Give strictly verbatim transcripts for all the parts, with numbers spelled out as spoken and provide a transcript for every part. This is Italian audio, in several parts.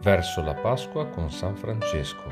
Verso la Pasqua con San Francesco.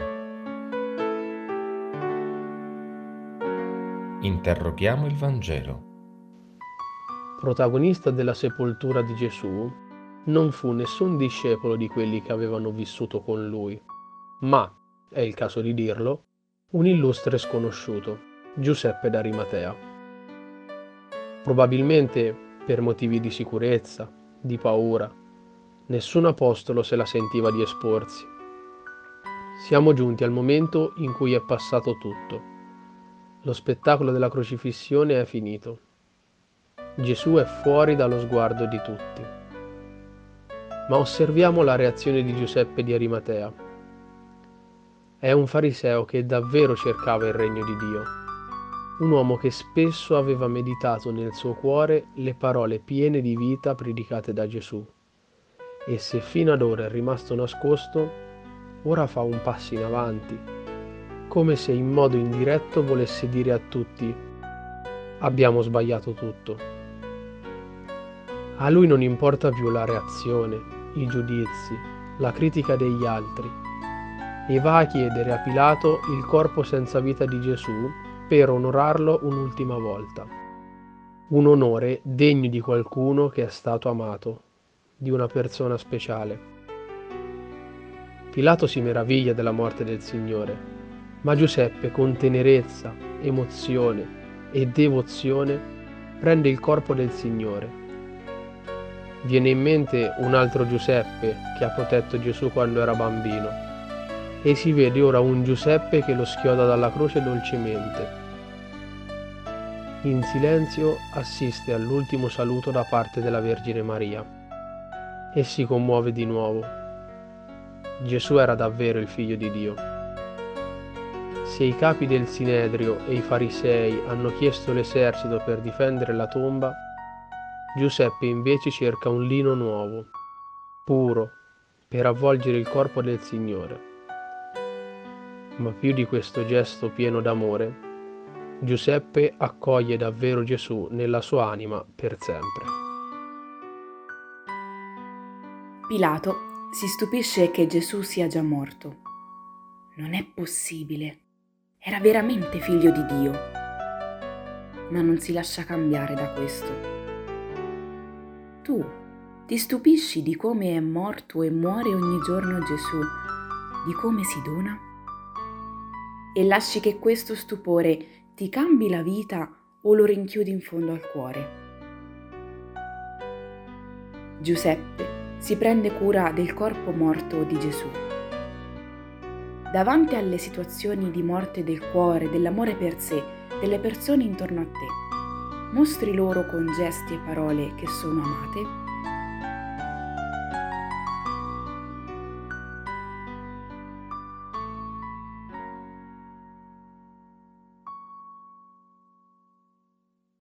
Interroghiamo il Vangelo. Protagonista della sepoltura di Gesù non fu nessun discepolo di quelli che avevano vissuto con lui, ma, è il caso di dirlo, un illustre sconosciuto, Giuseppe d'Arimatea. Probabilmente per motivi di sicurezza, di paura, nessun apostolo se la sentiva di esporsi. Siamo giunti al momento in cui è passato tutto. Lo spettacolo della crocifissione è finito. Gesù è fuori dallo sguardo di tutti. Ma osserviamo la reazione di Giuseppe di Arimatea. È un fariseo che davvero cercava il regno di Dio, un uomo che spesso aveva meditato nel suo cuore le parole piene di vita predicate da Gesù, e se fino ad ora è rimasto nascosto, ora fa un passo in avanti, come se in modo indiretto volesse dire a tutti: abbiamo sbagliato tutto. A lui non importa più la reazione, i giudizi, la critica degli altri, e va a chiedere a Pilato il corpo senza vita di Gesù per onorarlo un'ultima volta. Un onore degno di qualcuno che è stato amato, di una persona speciale. Pilato si meraviglia della morte del Signore, ma Giuseppe, con tenerezza, emozione e devozione, prende il corpo del Signore. Viene in mente un altro Giuseppe che ha protetto Gesù quando era bambino, e si vede ora un Giuseppe che lo schioda dalla croce dolcemente. In silenzio assiste all'ultimo saluto da parte della Vergine Maria e si commuove di nuovo. Gesù era davvero il Figlio di Dio. Se i capi del Sinedrio e i farisei hanno chiesto l'esercito per difendere la tomba, Giuseppe invece cerca un lino nuovo, puro, per avvolgere il corpo del Signore. Ma più di questo gesto pieno d'amore, Giuseppe accoglie davvero Gesù nella sua anima per sempre. Pilato si stupisce che Gesù sia già morto. Non è possibile. Era veramente figlio di Dio. Ma non si lascia cambiare da questo. Tu ti stupisci di come è morto e muore ogni giorno Gesù, di come si dona? E lasci che questo stupore ti cambi la vita o lo rinchiudi in fondo al cuore? Giuseppe si prende cura del corpo morto di Gesù. Davanti alle situazioni di morte del cuore, dell'amore per sé, delle persone intorno a te, mostri loro con gesti e parole che sono amate?